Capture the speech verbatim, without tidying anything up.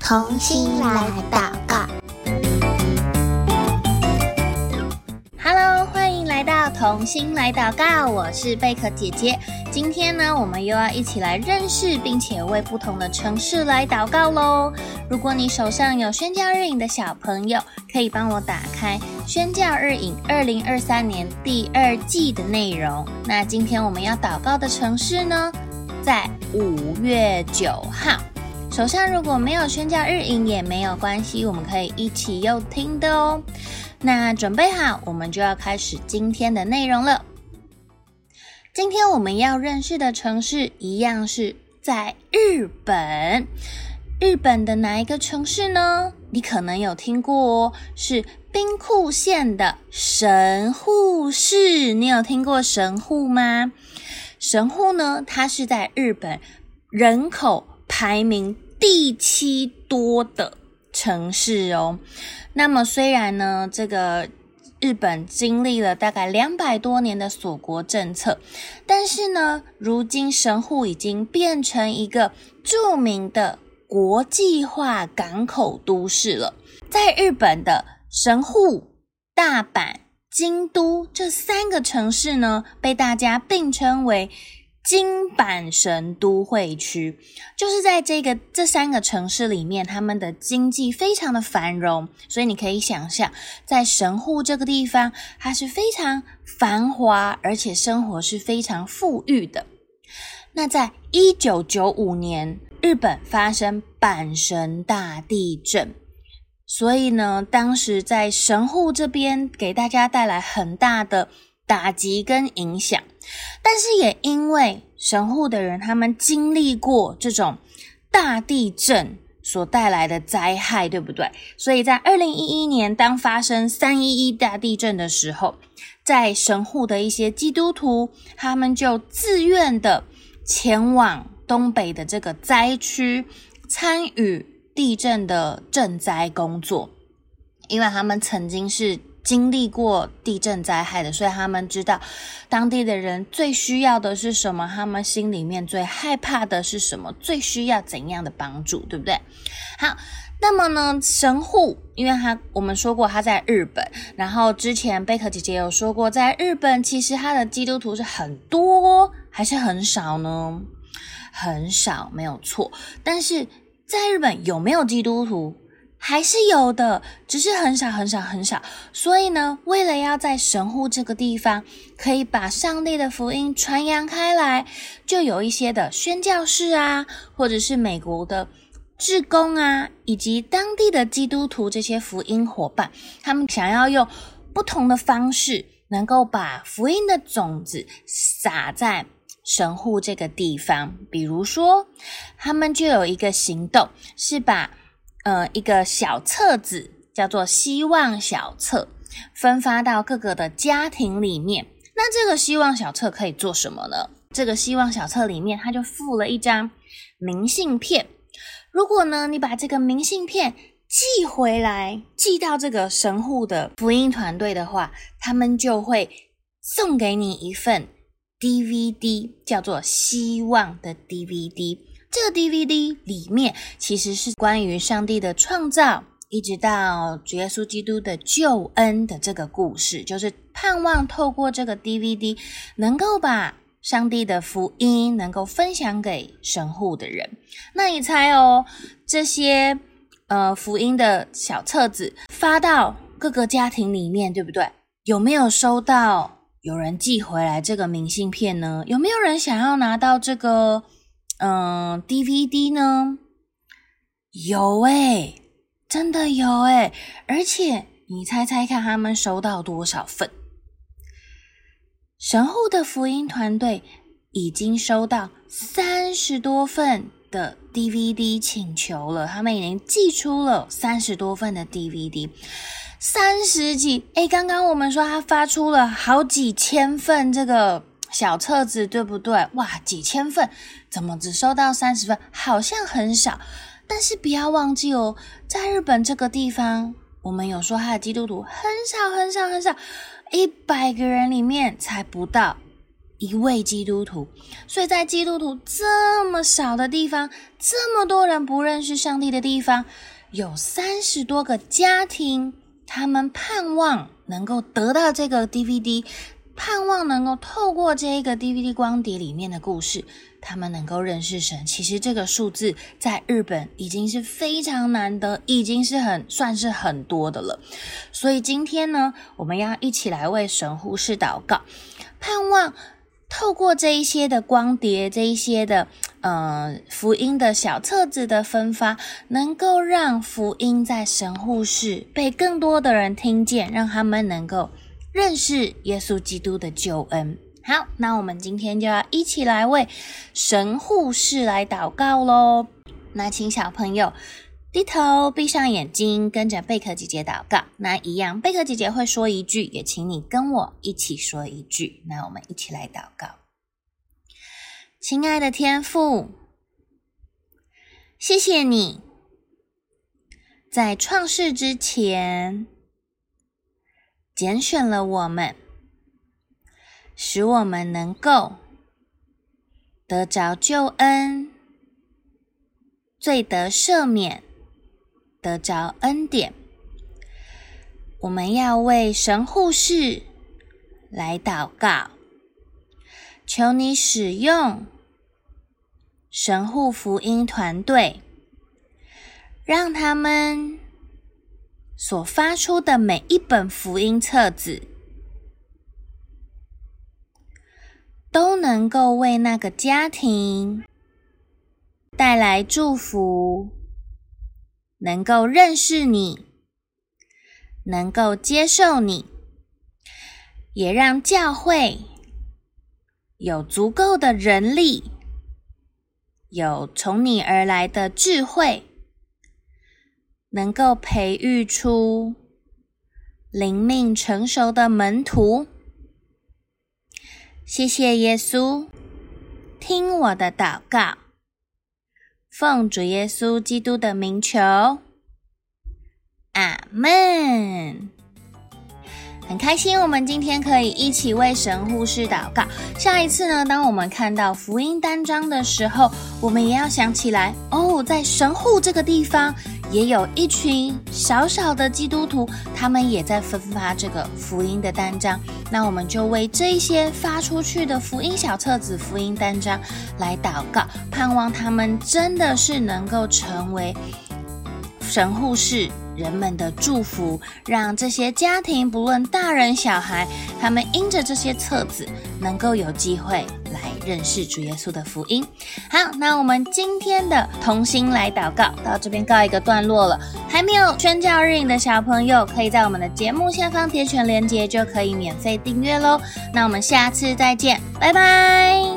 同心来祷告。 Hello， 欢迎来到同心来祷告，我是贝壳姐姐。今天呢，我们又要一起来认识并且为不同的城市来祷告咯。如果你手上有宣教日影的小朋友，可以帮我打开宣教日影二零二三年第二季的内容。那今天我们要祷告的城市呢，在五月九号。手上如果没有宣教日影也没有关系，我们可以一起又听的哦。那准备好，我们就要开始今天的内容了。今天我们要认识的城市一样是在日本。日本的哪一个城市呢？你可能有听过哦，是兵库县的神户市。你有听过神户吗？神户呢，它是在日本人口排名第七多的城市哦。那么虽然呢，这个日本经历了大概两百多年的锁国政策，但是呢，如今神户已经变成一个著名的国际化港口都市了。在日本的神户、大阪、京都这三个城市呢，被大家并称为金阪神都会区。就是在这个这三个城市里面，他们的经济非常的繁荣，所以你可以想象，在神户这个地方，它是非常繁华，而且生活是非常富裕的。那在一九九五年，日本发生阪神大地震，所以呢，当时在神户这边给大家带来很大的打击跟影响。但是也因为神户的人他们经历过这种大地震所带来的灾害，对不对？所以在二零一一年当发生三一一大地震的时候，在神户的一些基督徒他们就自愿的前往东北的这个灾区参与地震的赈灾工作。因为他们曾经是经历过地震灾害的，所以他们知道当地的人最需要的是什么，他们心里面最害怕的是什么，最需要怎样的帮助，对不对？好，那么呢，神户，因为他我们说过他在日本，然后之前贝壳姐姐有说过，在日本其实他的基督徒是很多还是很少呢？很少，没有错。但是在日本有没有基督徒？还是有的，只是很少很少很少。所以呢，为了要在神户这个地方可以把上帝的福音传扬开来，就有一些的宣教士啊，或者是美国的志工啊，以及当地的基督徒这些福音伙伴，他们想要用不同的方式能够把福音的种子撒在神户这个地方。比如说他们就有一个行动，是把呃，一个小册子叫做希望小册，分发到各个的家庭里面。那这个希望小册可以做什么呢？这个希望小册里面，它就附了一张明信片。如果呢，你把这个明信片寄回来，寄到这个神户的福音团队的话，他们就会送给你一份 D V D， 叫做希望的 D V D。这个 D V D 里面其实是关于上帝的创造，一直到主耶稣基督的救恩的这个故事，就是盼望透过这个 D V D 能够把上帝的福音能够分享给神户的人。那你猜哦，这些呃福音的小册子发到各个家庭里面，对不对？有没有收到有人寄回来这个明信片呢？有没有人想要拿到这个嗯 D V D 呢？有诶，真的有诶，而且你猜猜看他们收到多少份？神户的福音团队已经收到三十多份的 D V D 请求了，他们已经寄出了三十多份的 D V D。三十几，诶，刚刚我们说他发出了好几千份这个小册子，对不对？哇，几千份，怎么只收到三十份？好像很少。但是不要忘记哦，在日本这个地方，我们有说他的基督徒很少很少很少，一百个人里面才不到一位基督徒。所以在基督徒这么少的地方，这么多人不认识上帝的地方，有三十多个家庭，他们盼望能够得到这个 D V D， 盼望能够透过这个 D V D 光碟里面的故事，他们能够认识神。其实这个数字在日本已经是非常难得，已经是很算是很多的了。所以今天呢，我们要一起来为神户市祷告，盼望透过这一些的光碟，这一些的呃福音的小册子的分发，能够让福音在神户市被更多的人听见，让他们能够认识耶稣基督的救恩。好，那我们今天就要一起来为神户市来祷告咯。那请小朋友低头闭上眼睛，跟着贝壳姐姐祷告。那一样，贝壳姐姐会说一句，也请你跟我一起说一句。那我们一起来祷告。亲爱的天父，谢谢你在创世之前拣选了我们，使我们能够得着救恩，罪得赦免，得着恩典。我们要为神户市来祷告，求你使用神户福音团队，让他们所发出的每一本福音册子都能够为那个家庭带来祝福，能够认识你，能够接受你，也让教会有足够的人力，有从你而来的智慧，能够培育出灵命成熟的门徒。谢谢耶稣，听我的祷告，奉主耶稣基督的名求，阿们。很开心我们今天可以一起为神户市祷告。下一次呢，当我们看到福音单张的时候，我们也要想起来，哦，在神户这个地方也有一群小小的基督徒，他们也在分发这个福音的单张。那我们就为这一些发出去的福音小册子、福音单张来祷告，盼望他们真的是能够成为神户市人们的祝福，让这些家庭不论大人小孩，他们因着这些册子能够有机会来认识主耶稣的福音。好，那我们今天的同心来祷告到这边告一个段落了。还没有宣教日影的小朋友，可以在我们的节目下方贴选连结，就可以免费订阅咯。那我们下次再见，拜拜。